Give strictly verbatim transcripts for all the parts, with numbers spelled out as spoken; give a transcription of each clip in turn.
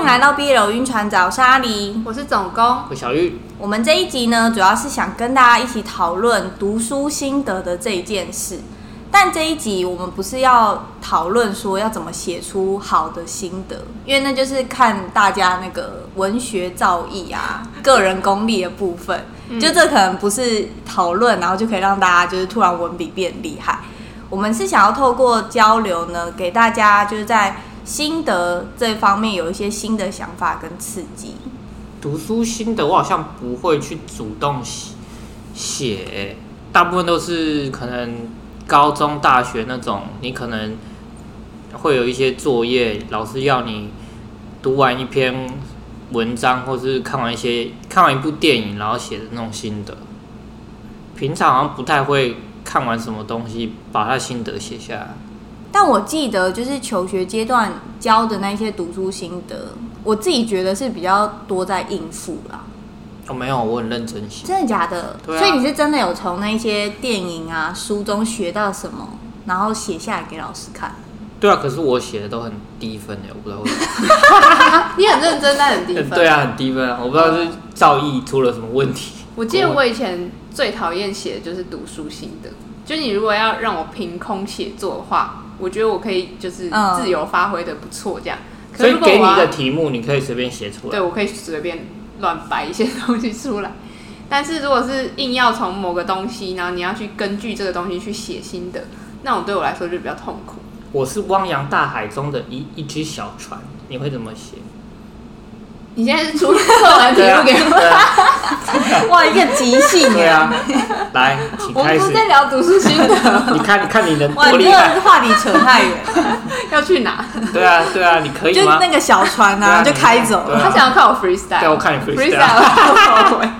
来到 B L 晕船仔，我是阿黎， 我是总工， 我小玉。 我们这一集呢，主要是想跟大家一起讨论读书心得的这一件事。但这一集我们不是要讨论说要怎么写出好的心得，因为那就是看大家那个文学造诣啊、个人功力的部分。就这可能不是讨论，然后就可以让大家就是突然文笔变厉害。我们是想要透过交流呢，给大家就是在心得这方面有一些新的想法跟刺激。 读书心得我好像不会去主动写，大部分都是可能高中、大学那种，你可能会有一些作业，老师要你读完一篇文章，或是看完一些看完一部电影，然后写的那种心得。平常好像不太会看完什么东西，把他心得写下来。 但我记得就是求学阶段教的那些读书心得，我自己觉得是比较多在应付啦。 哦，没有，我很认真写。 真的假的？ 对啊。 所以你是真的有从那些电影啊、书中学到什么，然后写下来给老师看？ 对啊，可是我写的都很低分的，我不知道为什么。 你很认真，但很低分。 对啊，很低分，我不知道是造诣出了什么问题。 我记得我以前最讨厌写的就是读书心得，就你如果要让我凭空写作的话，我觉得我可以就是自由发挥的不错这样。 嗯、所以给你的题目，你可以随便写出来。 对，我可以随便乱摆一些东西出来。但是如果是硬要从某个东西，然后你要去根据这个东西去写心得，那种对我来说就比较痛苦。 我是汪洋大海中的一一只小船，你会怎么写？ 你现在是出测完题目给我？ 啊、 哇，一个即兴。 对啊，来，请开始。 我们不是在聊读书心得。 你看，看你能多厉害！哇，你这个话题扯太远。 要去哪？ 对啊，对啊，你可以吗？ 就那个小船啊，啊就开走了。 啊、 他想要看我 freestyle。 对，我看你 freestyle。 freestyle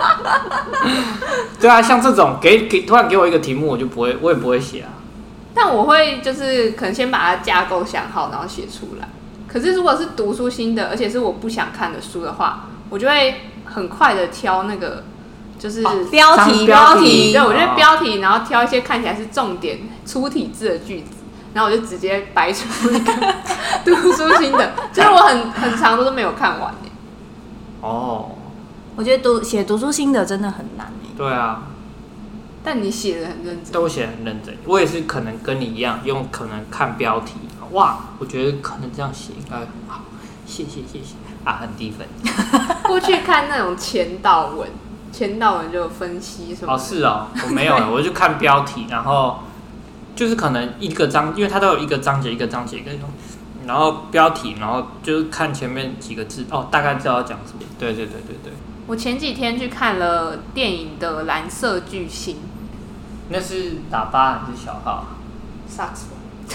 对啊，像这种给给突然给我一个题目，我就不会，我也不会写啊。 但我会就是可能先把它架构想好，然后写出来。可是如果是读书心得，而且是我不想看的书的话，我就会很快的挑那个就是、 哦、标题标题，对，我就会标题，然后挑一些看起来是重点粗体字的句子，然后我就直接掰出一个读书心得，就是我很很长都没有看完耶。 哦， 我觉得读写读书心得真的很难耶。 对啊。 但你写的很认真， 都写很认真。我也是可能跟你一样，用可能看标题，哇，我觉得可能这样写应该很好，谢谢谢谢啊，很低分。 不去看那种前导文，前导文就有分析什么。 哦，是哦，我没有，我就看标题，然后就是可能一个章，因为它都有一个章节一个章节一个，然后标题，然后就是看前面几个字，哦，大概知道要讲什么。对对对对对。 我前几天去看了电影的《蓝色巨星》， 那是打八还是小号？ 萨克斯。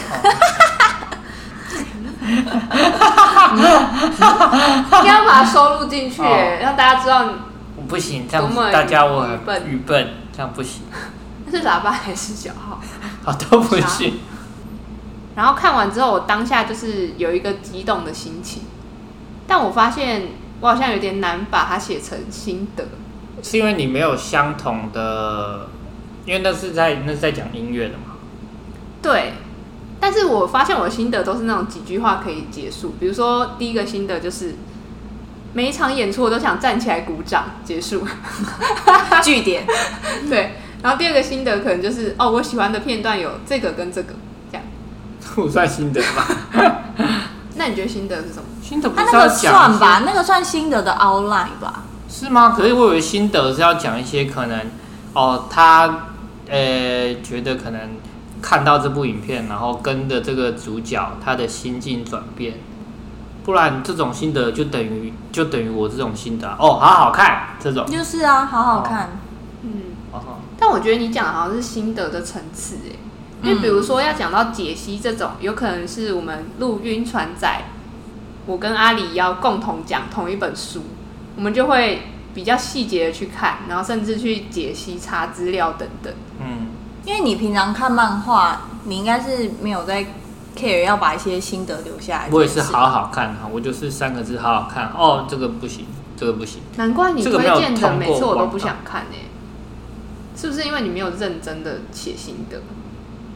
应该要把它收录进去，哦、让大家知道你。 不行，这样子大家我很笨， 愚笨，这样不行。 那是喇叭还是小号？ 啊，都不行。 然后看完之后，我当下就是有一个激动的心情，但我发现我好像有点难把它写成心得。 是因为你没有相同的，因为那是在那是在讲音乐的嘛。 对。但是我发现我的心得都是那种几句话可以结束，比如说第一个心得就是每一场演出我都想站起来鼓掌结束， 句点。 对，然后第二个心得可能就是哦，我喜欢的片段有这个跟这个，这样。 不算心得吧？ 那你觉得心得是什么？ 心得不是要讲一些， 那个算吧，那个算心得的 outline 吧？ 是吗？可是我以为心得是要讲一些可能哦，他呃觉得可能。看到这部影片，然后跟着这个主角他的心境转变，不然这种心得就等于就等于我这种心得哦，好好看这种。 就是啊，好好看。哦、 嗯。哦、但我觉得你讲的好像是心得的层次哎，因为比如说要讲到解析这种，有可能是我们录晕船仔，我跟阿里要共同讲同一本书，我们就会比较细节的去看，然后甚至去解析、查资料等等。嗯。 因为你平常看漫画，你应该是没有在 care 要把一些心得留下来。 我也是好好看，我就是三个字好好看。哦，这个不行，这个不行。 难怪你推荐的每次我都不想看诶、欸，是不是因为你没有认真的写心得？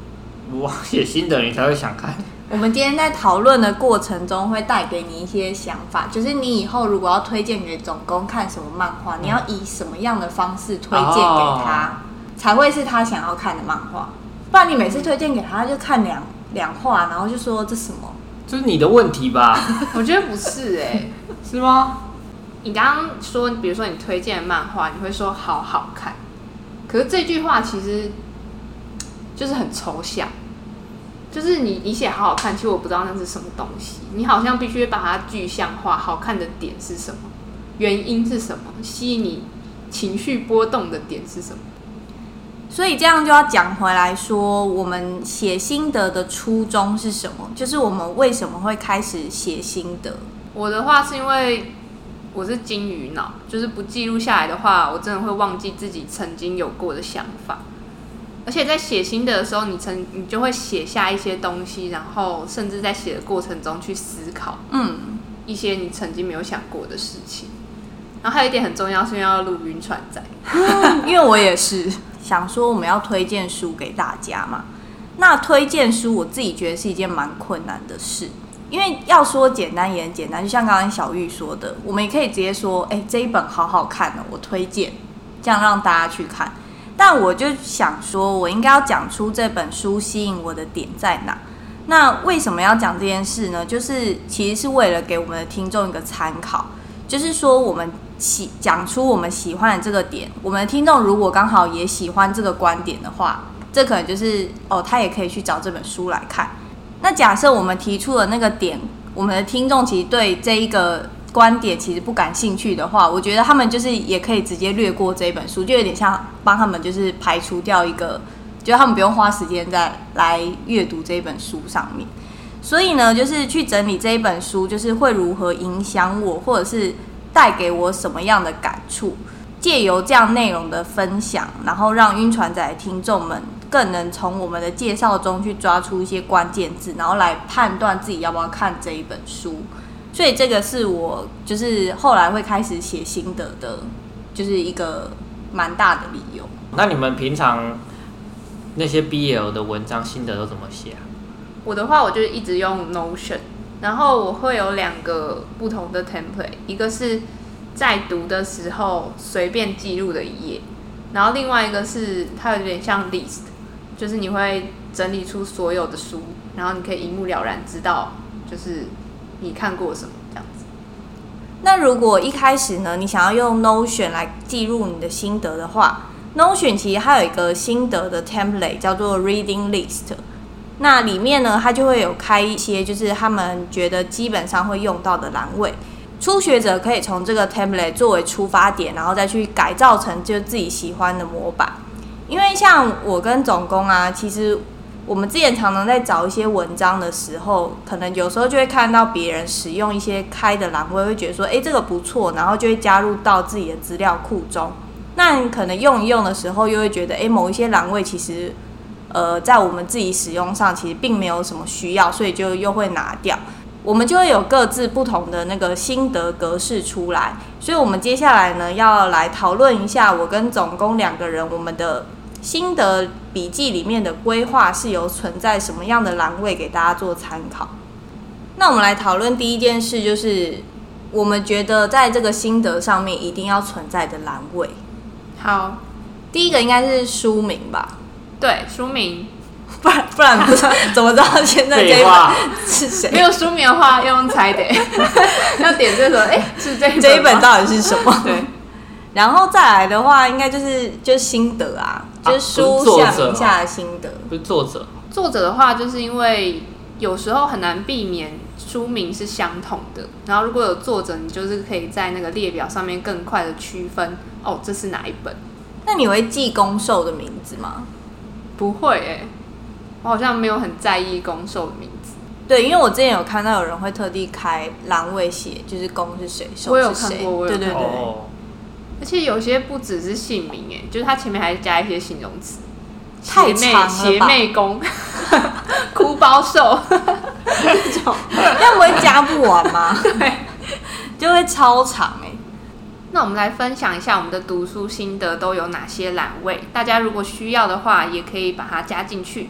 我写心得你才会想看。 我们今天在讨论的过程中，会带给你一些想法，就是你以后如果要推荐给总工看什么漫画，嗯、你要以什么样的方式推荐给他，哦、才会是他想要看的漫画。不然你每次推荐给他，他就看两两话，然后就说这什么？ 这是你的问题吧？ 我觉得不是哎、欸， 是吗？ 你刚刚说，比如说你推荐的漫画，你会说好好看，可是这句话其实就是很抽象。就是你你写好好看，其实我不知道那是什么东西，你好像必须把它具象化，好看的点是什么，原因是什么，吸引你情绪波动的点是什么。 所以这样就要讲回来说，我们写心得的初衷是什么？就是我们为什么会开始写心得？ 我的话是因为我是金鱼脑，就是不记录下来的话，我真的会忘记自己曾经有过的想法。而且在写心得的时候，你曾你就会写下一些东西，然后甚至在写的过程中去思考，嗯，一些你曾经没有想过的事情。然后还有一点很重要，是因为要录晕船仔， 因为我也是想说我们要推荐书给大家嘛。那推荐书，我自己觉得是一件蛮困难的事，因为要说简单也很简单，就像刚刚小玉说的，我们也可以直接说，哎、欸，这一本好好看哦，我推荐，这样让大家去看。但我就想说，我应该要讲出这本书吸引我的点在哪。那为什么要讲这件事呢？就是其实是为了给我们的听众一个参考，就是说我们喜讲出我们喜欢的这个点，我们的听众如果刚好也喜欢这个观点的话，这可能就是哦，他也可以去找这本书来看。那假设我们提出的那个点，我们的听众其实对这一个观点其实不感兴趣的话，我觉得他们就是也可以直接略过这一本书，就有点像帮他们就是排除掉一个，就是他们不用花时间再来阅读这一本书上面。所以呢，就是去整理这一本书，就是会如何影响我，或者是带给我什么样的感触，借由这样内容的分享，然后让晕船仔的听众们更能从我们的介绍中去抓出一些关键字，然后来判断自己要不要看这一本书。所以这个是我就是后来会开始写心得的，就是一个蛮大的理由。 那你们平常那些 B L 的文章心得都怎么写啊？ 我的话，我就一直用 Notion， 然后我会有两个不同的 template， 一个是在读的时候随便记录的一页，然后另外一个是它有点像 list， 就是你会整理出所有的书，然后你可以一目了然知道就是你看过什么这样子。 那如果一开始呢，你想要用 Notion 来记录你的心得的话， Notion 其实还有一个心得的 template 叫做 Reading List。那里面呢，它就会有开一些就是他们觉得基本上会用到的栏位。初学者可以从这个 template 作为出发点，然后再去改造成就自己喜欢的模板。因为像我跟总工啊，其实我们之前常常在找一些文章的时候，可能有时候就会看到别人使用一些开的栏位，会觉得说，哎，这个不错，然后就会加入到自己的资料库中。那你可能用一用的时候，又会觉得，哎，某一些栏位其实，呃，在我们自己使用上其实并没有什么需要，所以就又会拿掉。我们就会有各自不同的那个心得格式出来。所以我们接下来呢，要来讨论一下我跟总工两个人我们的心得笔记里面的规划是有存在什么样的栏位给大家做参考。那我们来讨论第一件事，就是我们觉得在这个心得上面一定要存在的栏位。 好， 第一个应该是书名吧？ 对，书名。 不然不然不知道怎么知道现在这一本是谁？ 没有书名的话要用猜的，要点这个，哎、欸，是这一本这一本到底是什么？ 对。 然后再来的话，应该就是就是心得啊，就是书下名下的心得。 不是作者。 作者的话，就是因为有时候很难避免书名是相同的，然后如果有作者，你就是可以在那个列表上面更快的区分哦，这是哪一本。 那你会记攻受的名字吗？ 不会哎、欸，我好像没有很在意攻受的名字。 对，因为我之前有看到有人会特地开栏位写，就是攻是谁，受是谁。 我有看过，我有看过。 对对对。 哦、 而且有些不只是姓名哎，就是它前面还加一些形容词， 太长了吧？ 邪魅攻、哭包受这种， 那不会加不完吗？ 对， 就会超长哎。 那我们来分享一下我们的读书心得都有哪些栏位，大家如果需要的话，也可以把它加进去。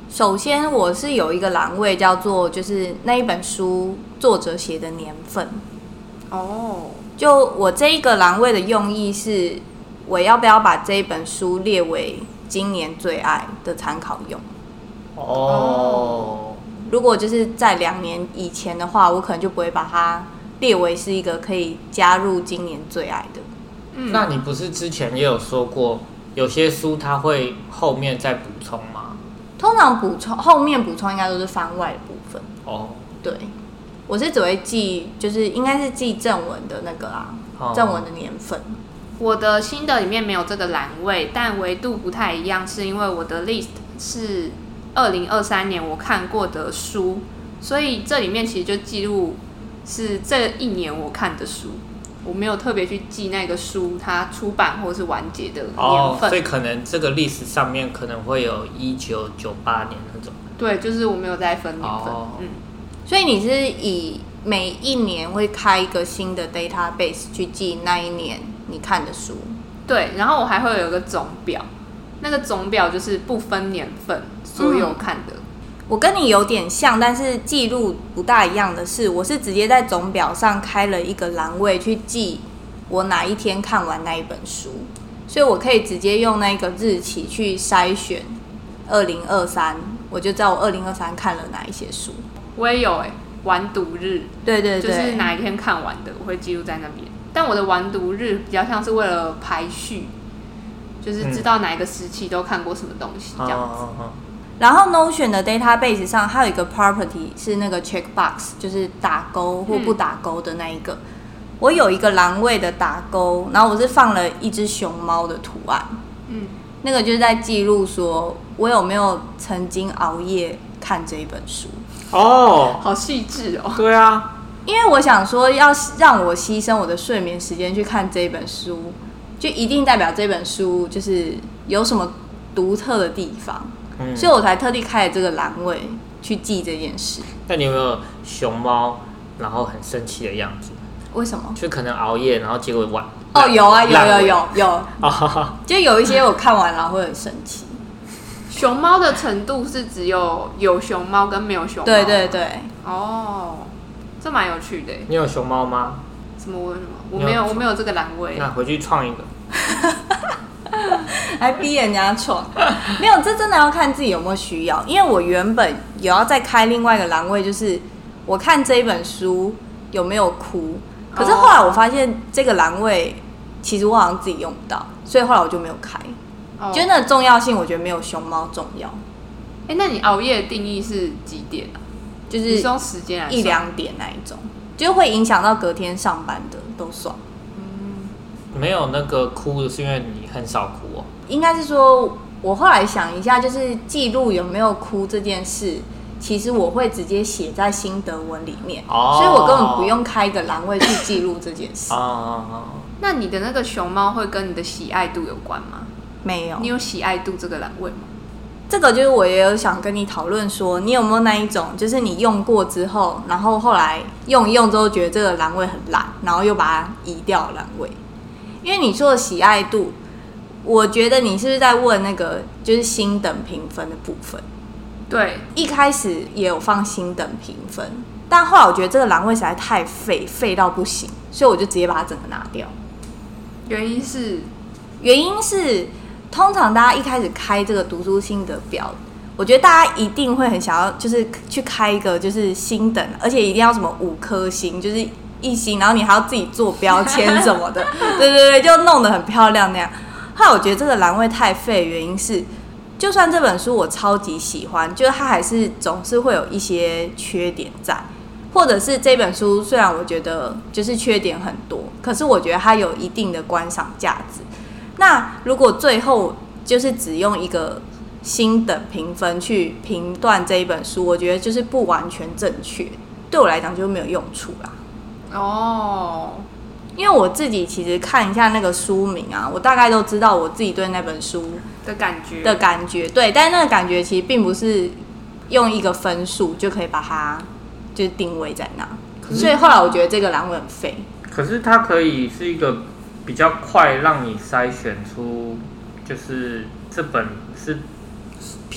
首先，我是有一个栏位叫做就是那一本书作者写的年份。 哦， 就我这一个栏位的用意是，我要不要把这一本书列为今年最爱的参考用？ 哦， 如果就是在两年以前的话，我可能就不会把它列为是一个可以加入今年最爱的。 嗯， 那你不是之前也有说过，有些书它会后面再补充吗？ 通常补充后面补充应该都是番外的部分。 哦， 对，我是只会记，就是应该是记正文的那个啊， 哦正文的年份。 我的心得里面没有这个栏位，但维度不太一样，是因为我的 list 是二零二三年我看过的书，所以这里面其实就记录是这一年我看的书，我没有特别去记那个书它出版或是完结的年份。 哦，所以可能这个历史上面可能会有一九九八年那种。 对，就是我没有在分年份。 哦、 嗯， 所以你是以每一年会开一个新的 database 去记那一年你看的书。 对，然后我还会有一个总表，那个总表就是不分年份，所有看的。 嗯，我跟你有点像，但是记录不大一样的是，我是直接在总表上开了一个栏位去记我哪一天看完那一本书，所以我可以直接用那个日期去筛选二零二三，我就知道我二零二三看了哪一些书。 我也有哎、欸，完读日， 对对对， 就是哪一天看完的，我会记录在那边。但我的完读日比较像是为了排序，就是知道哪一个时期都看过什么东西这样子。 哦哦哦， 然后 Notion 的 database 上还有一个 property 是那个 checkbox， 就是打勾或不打勾的那一个。嗯、我有一个栏位的打勾，然后我是放了一只熊猫的图案。嗯，那个就是在记录说我有没有曾经熬夜看这一本书。 哦， 好细致哦。 对啊， 因为我想说要让我牺牲我的睡眠时间去看这一本书，就一定代表这本书就是有什么独特的地方。嗯、所以我才特地开了这个栏位去记这件事。 那你有没有熊猫然后很生气的样子？ 为什么？ 就可能熬夜，然后结果晚。 哦，有啊，有有有有，就有一些我看完了会很生气。 熊猫的程度是只有有熊猫跟没有熊猫？ 对对对。 哦，这蛮有趣的。 你有熊猫吗？ 什么？我什么？我没有，我没有这个栏位。 那回去创一个。 还逼人家创，没有，这真的要看自己有没有需要。因为我原本也要再开另外一个栏位，就是我看这一本书有没有哭。可是后来我发现这个栏位其实我好像自己用不到，所以后来我就没有开。哦、觉得那重要性，我觉得没有熊猫重要。 哎、欸，那你熬夜的定义是几点啊？ 就是用时间来一两点那一种，就会影响到隔天上班的都算。 没有那个哭的是因为你很少哭哦。 应该是说，我后来想一下，就是记录有没有哭这件事，其实我会直接写在心得文里面，哦、所以我根本不用开一个栏位去记录这件事。 哦， 那你的那个熊猫会跟你的喜爱度有关吗？ 没有。 你有喜爱度这个栏位吗？ 这个就是我也有想跟你讨论说，你有没有那一种，就是你用过之后，然后后来用一用之后觉得这个栏位很烂，然后又把它移掉栏位。因为你说的喜爱度，我觉得你是不是在问那个就是星等评分的部分？ 对， 一开始也有放星等评分，但后来我觉得这个栏位实在太废，废到不行，所以我就直接把它整个拿掉。 原因是， 原因是通常大家一开始开这个读书心得表，我觉得大家一定会很想要，就是去开一个就是星等，而且一定要什么五颗星，就是一星，然后你还要自己做标签什么的，对对对，就弄得很漂亮那样。后来我觉得这个栏位太废，原因是，就算这本书我超级喜欢，就是它还是总是会有一些缺点在，或者是这本书虽然我觉得就是缺点很多，可是我觉得它有一定的观赏价值。那如果最后就是只用一个星等评分去评断这一本书，我觉得就是不完全正确，对我来讲就没有用处啦。哦，因为我自己其实看一下那个书名啊，我大概都知道我自己对那本书的感觉的感觉，对，但是那个感觉其实并不是用一个分数就可以把它就是定位在那，所以后来我觉得这个栏位很废。 可是它可以是一个比较快让你筛选出，就是这本是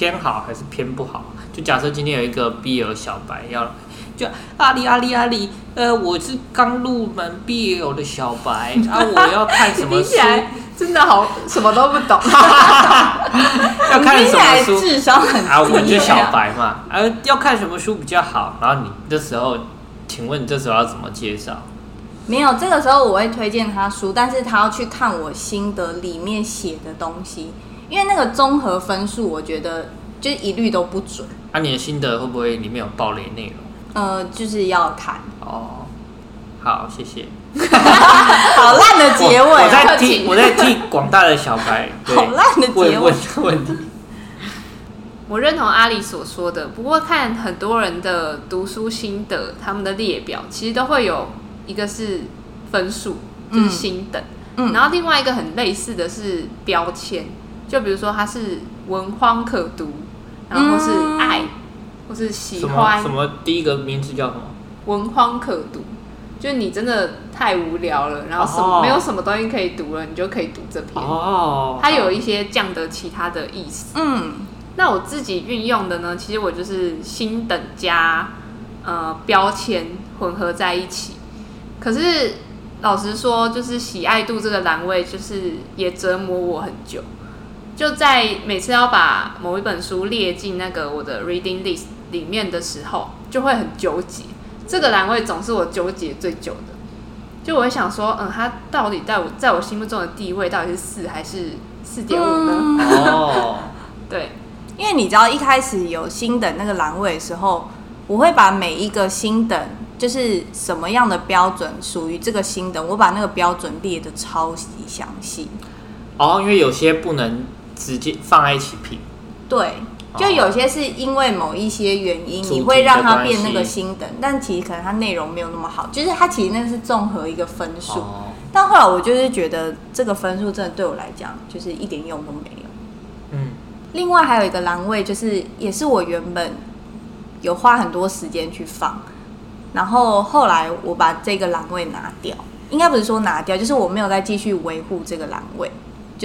偏好还是偏不好？就假设今天有一个 B L 小白要，就阿里阿里阿里，呃，我是刚入门 B L 的小白，啊，我要看什么书？ 真的好，什么都不懂。 要看什么书？ 智商很低啊，我就小白嘛，啊，要看什么书比较好？然后你这时候，请问你这时候要怎么介绍？ 没有，这个时候我会推荐他书，但是他要去看我心得里面写的东西，因为那个综合分数，我觉得就一律都不准。 啊，你的心得会不会里面有爆雷内容？ 呃，就是要看。 哦，好，谢谢。 好烂的结尾、啊！ 我, 我在替我在替广大的小白好烂的结尾问问题。 我认同阿里所说的，不过看很多人的读书心得，他们的列表其实都会有一个是分数，就是心等，嗯，然后另外一个很类似的是标签，就比如说它是文荒可读，然后或是爱，嗯、或是喜欢。 什么？什么？第一个名字叫什么？ 文荒可读。就是你真的太无聊了，然后什么、oh. 没有什么东西可以读了，你就可以读这篇。哦、oh. 它有一些这样的其他的意思。嗯，那我自己运用的呢，其实我就是心等加呃标签混合在一起。可是老实说，就是喜爱度这个栏位，就是也折磨我很久。就在每次要把某一本书列进那个我的 reading list 里面的时候，就会很纠结。这个栏位总是我纠结最久的，就我会想说，嗯，它到底在我在我心目中的地位到底是四还是四点五呢？哦，对， 因为你知道一开始有星等那个栏位的时候，我会把每一个星等就是什么样的标准属于这个星等，我把那个标准列得超级详细。 哦，因为有些不能直接放在一起评。 对。就有些是因为某一些原因，你会让它变那个星等，但其实可能它内容没有那么好，就是它其实那是综合一个分数。哦、但后来我就是觉得这个分数真的对我来讲就是一点用都没有。嗯。另外还有一个栏位，就是也是我原本有花很多时间去放，然后后来我把这个栏位拿掉，应该不是说拿掉，就是我没有再继续维护这个栏位，就是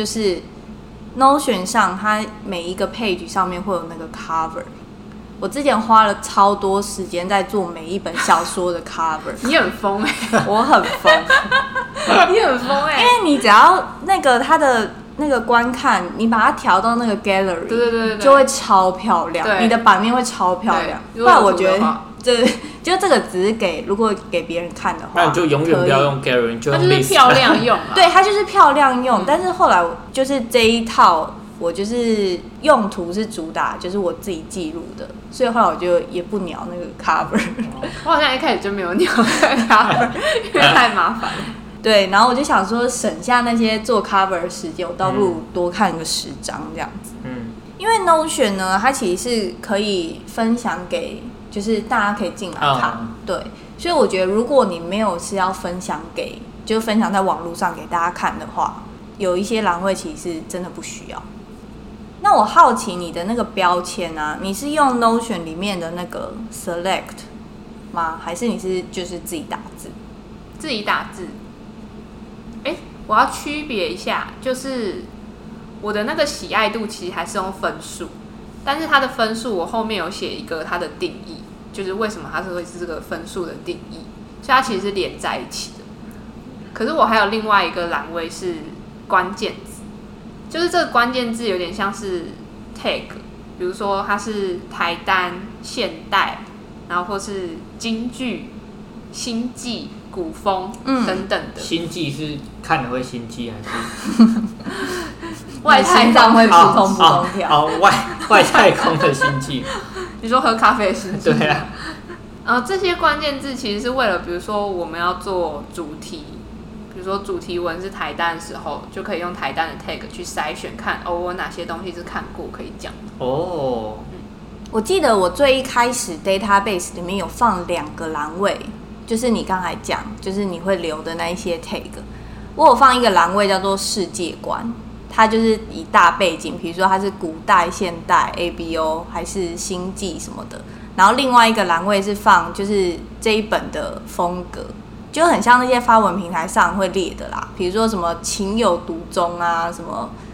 。Notion 上，它每一个 page 上面会有那个 cover。我之前花了超多时间在做每一本小说的 cover。 你很疯哎、欸， 我很疯， 你很疯哎、欸， 因为你只要那个它的那个观看，你把它调到那个 gallery， 对对 对, 對， 就会超漂亮，你的版面会超漂亮。不然我觉得这就这个只是给如果给别人看的话， 那你就永远不要用 gallery， 你就用 list。它就是漂亮用、啊， 对，它就是漂亮用。嗯、但是后来就是这一套。我就是用途是主打，就是我自己记录的，所以后来我就也不鸟那个 cover。 我好像一开始就没有鸟那个 cover， 因为太麻烦了。 对，然后我就想说，省下那些做 cover 的时间，我倒不如多看个十张这样子。嗯，因为 Notion 呢，它其实是可以分享给，就是大家可以进来看。嗯、对，所以我觉得如果你没有是要分享给，就分享在网络上给大家看的话，有一些栏位其实是真的不需要。那我好奇你的那个标签啊，你是用 Notion 里面的那个 Select 吗？还是你是就是自己打字？ 自己打字。哎、欸，我要区别一下，就是我的那个喜爱度其实还是用分数，但是它的分数我后面有写一个它的定义，就是为什么它是会是这个分数的定义，所以它其实是连在一起的。可是我还有另外一个栏位是关键字。就是这个关键字有点像是 tag， 比如说它是台单、现代，然后或是京剧、星际、古风、嗯、等等的。 星际是看了会心悸还是？ 外太空会扑通扑通跳？ 哦，外外太空的星际。 你说喝咖啡的星际？ 对啊。 呃，这些关键字其实是为了，比如说我们要做主题。比如说主题文是台单的时候，就可以用台单的 tag 去筛选看，哦，我哪些东西是看过可以讲的。哦、 嗯，我记得我最一开始 database 里面有放两个栏位，就是你刚才讲，就是你会留的那一些 tag， 我有放一个栏位叫做世界观，它就是以大背景，比如说它是古代、现代、A B O 还是星际什么的，然后另外一个栏位是放就是这一本的风格。就很像那些发文平台上会列的啦，比如说什么情有独钟啊，什么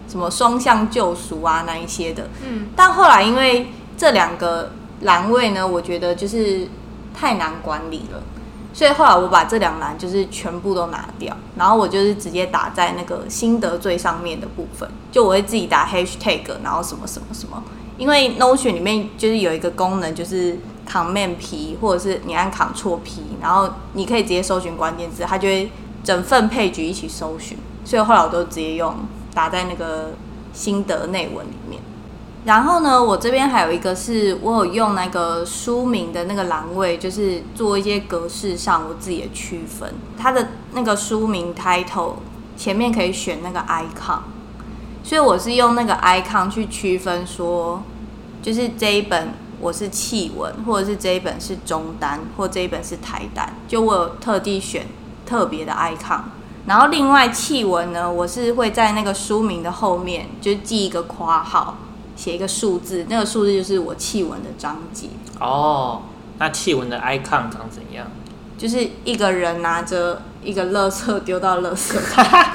什么双向救赎啊那一些的。 嗯， 但后来因为这两个栏位呢，我觉得就是太难管理了，所以后来我把这两栏就是全部都拿掉，然后我就是直接打在那个心得最上面的部分，就我会自己打 hashtag， 然后什么什么什么。因为 Notion 里面就是有一个功能，就是 Command P 或者是你按 Control P， 然后你可以直接搜寻关键字，它就会整份配局一起搜寻。所以后来我都直接用打在那个心得内文里面。然后呢，我这边还有一个是我有用那个书名的那个栏位，就是做一些格式上我自己的区分。它的那个书名 title 前面可以选那个 icon， 所以我是用那个 icon 去区分说，就是这一本我是企文，或者是这一本是中单，或者这一本是台单，就我有特地选特别的 icon。然后另外企文呢，我是会在那个书名的后面就记一个括号，写一个数字，那个数字就是我企文的章节。 哦，那企文的 icon 长怎样？ 就是一个人拿着一个垃圾丢到垃圾桶。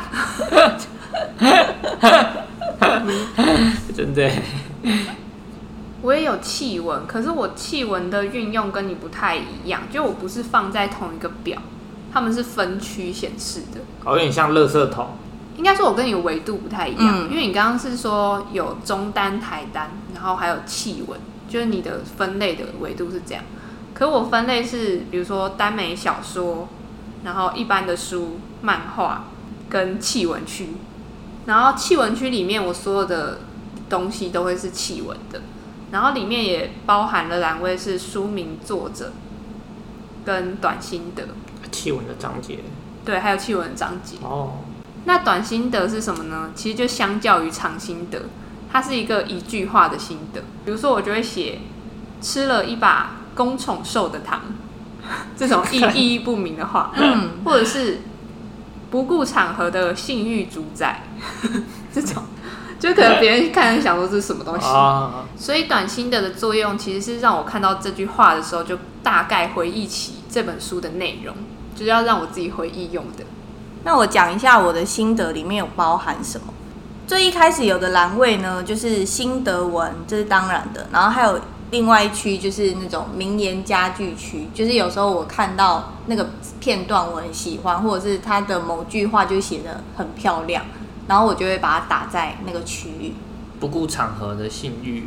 真的。 我也有企文，可是我企文的运用跟你不太一样，就我不是放在同一个表，他们是分区显示的。 哦，有点像垃圾桶。 应该说我跟你的维度不太一样， 嗯、 因为你刚刚是说有中单、台单，然后还有企文，就是你的分类的维度是这样。可我分类是，比如说耽美小说，然后一般的书、漫画跟企文区。然后企文区里面，我所有的东西都会是企文的，然后里面也包含了栏位是书名、作者跟短心得。 企文的章节。 对，还有企文的章节。 哦。 那短心得是什么呢？其实就相较于长心得，它是一个一句话的心得。比如说，我就会写吃了一把公宠兽的糖，这种意意义不明的话，嗯，或者是不顾场合的性欲主宰，这种就可能别人看人想说这是什么东西。啊、所以短心得的作用其实是让我看到这句话的时候，就大概回忆起这本书的内容，就是要让我自己回忆用的。 那我讲一下我的心得里面有包含什么。最一开始有的栏位呢，就是心得文，这是当然的。然后还有另外一区就是那种名言佳句区，就是有时候我看到那个片段我很喜欢，或者是它的某句话就写得很漂亮，然后我就会把它打在那个区域。 不顾场合的性欲。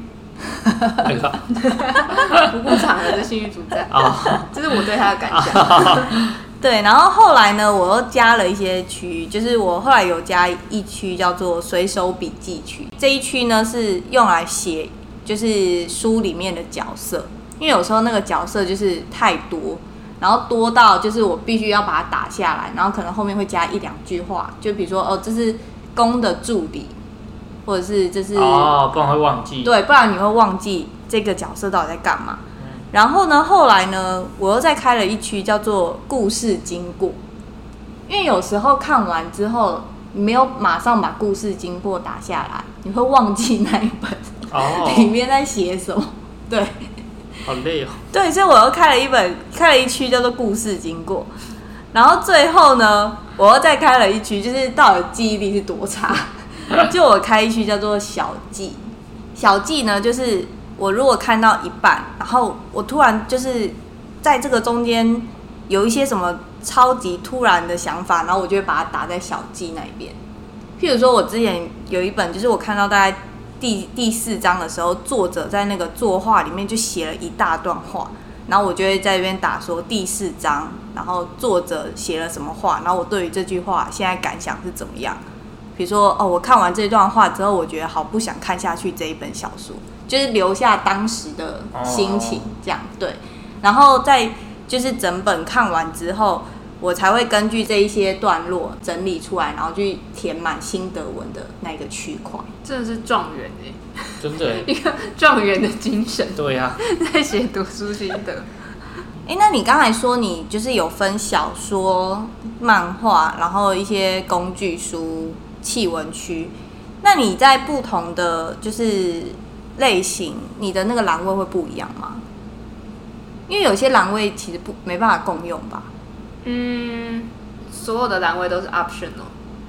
不顾场合的性欲主宰。哦，这是我对他的感想。 对，然后后来呢，我又加了一些区，就是我后来有加一区叫做随手笔记区。这一区呢是用来写，就是书里面的角色，因为有时候那个角色就是太多，然后多到就是我必须要把它打下来，然后可能后面会加一两句话，就比如说哦，这是公的助理，或者是这是哦，不然会忘记。 对，不然你会忘记这个角色到底在干嘛。然后呢，后来呢，我又再开了一区叫做故事经过，因为有时候看完之后，你没有马上把故事经过打下来，你会忘记那一本、哦、里面在写什么。对， 好累哦。 对，所以我又开了一本，开了一区叫做故事经过。然后最后呢，我又再开了一区，就是到底记忆力是多差。就我开一区叫做小记，小记呢就是我如果看到一半，然后我突然就是在这个中间有一些什么超级突然的想法，然后我就会把它打在小记那边。譬如说我之前有一本，就是我看到大概第第四章的时候，作者在那个作画里面就写了一大段话，然后我就会在这边打说第四章，然后作者写了什么话，然后我对于这句话现在感想是怎么样。比如说哦，我看完这段话之后，我觉得好不想看下去这一本小说，就是留下当时的心情，这样对。然后再就是整本看完之后，我才会根据这一些段落整理出来，然后去填满心得文的那个区块。 真的是状元哎， 真的一个状元的精神。 对呀、啊， 在写读书心得。 哎，那你刚才说你就是有分小说、漫画，然后一些工具书、企文区，那你在不同的就是类型，你的那个栏位会不一样吗？因为有些栏位其实不没办法共用吧？ 嗯，所有的栏位都是 optional，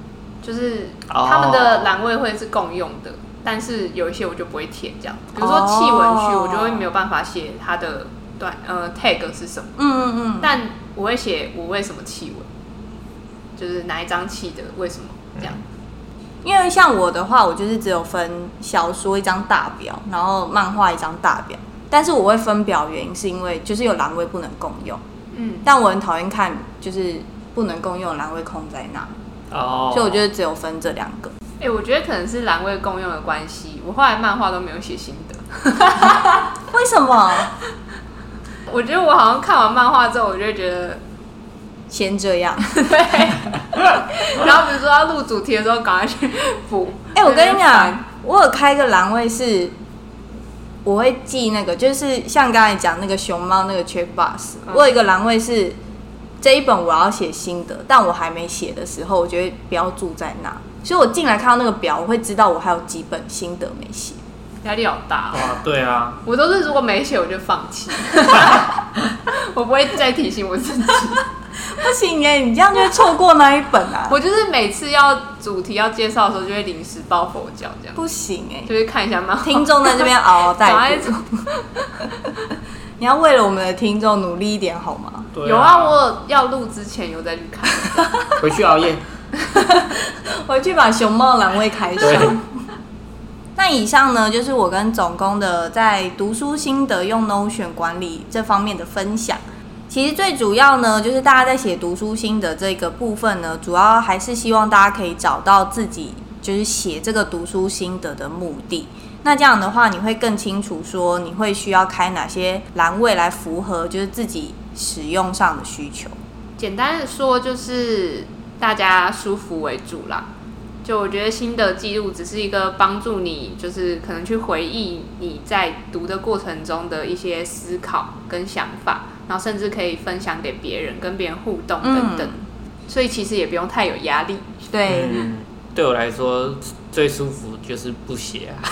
就是他们的栏位会是共用的，但是有一些我就不会填这样。比如说气文序，我就会没有办法写它的短呃 tag 是什么， 嗯嗯嗯， 但我会写我为什么气文，就是哪一张气的为什么这样。 因为像我的话，我就是只有分小说一张大表，然后漫画一张大表。但是我会分表原因是因为就是有栏位不能共用，嗯，但我很讨厌看就是不能共用的栏位空在那，哦，所以我觉得只有分这两个。 哎、欸，我觉得可能是栏位共用的关系，我后来漫画都没有写心得。 为什么？ 我觉得我好像看完漫画之后，我就会觉得先这样。 对。然后比如说要录主题的时候，赶快去补。 哎、欸，我跟你讲，我有开一个栏位是。我会记那个，就是像刚才讲那个熊猫那个 checkbox，、嗯、我有一个栏位是这一本我要写心得，但我还没写的时候，我就会标注在那，所以我进来看到那个表，我会知道我还有几本心得没写。 压力好大、哦。 哇，对啊， 我都是如果没写我就放弃，我不会再提醒我自己。 不行耶，你这样就会错过那一本啊！ 我就是每次要主题要介绍的时候，就会临时抱佛脚这样。 不行哎， 就是看一下漫画。 听众在这边嗷嗷待哺。你要为了我们的听众努力一点好吗？ 对啊， 有啊，我要录之前有再去看。 回去熬夜， 回去把熊猫栏位开上。那以上呢，就是我跟总工的在读书心得用 Notion 管理这方面的分享。其实最主要呢，就是大家在写读书心得这个部分呢，主要还是希望大家可以找到自己就是写这个读书心得的目的。那这样的话，你会更清楚说你会需要开哪些栏位来符合就是自己使用上的需求。 简单的说，就是大家舒服为主啦。就我觉得心得记录只是一个帮助你，就是可能去回忆你在读的过程中的一些思考跟想法，然后甚至可以分享给别人，跟别人互动等等。嗯、所以其实也不用太有压力。 对， 嗯，对我来说最舒服就是不写啊。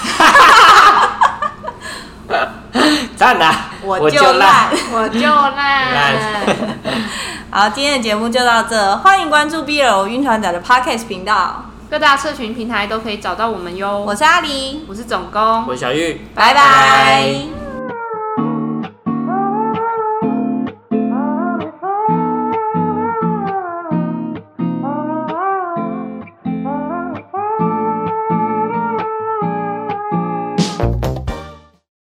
赞啊！ 我就烂， 我就烂。 好，今天的节目就到这，欢迎关注 B L 晕船仔的 Podcast 频道。 各大社群平台都可以找到我们哟。 我是阿狸， 我是总工， 我是小玉， 拜拜。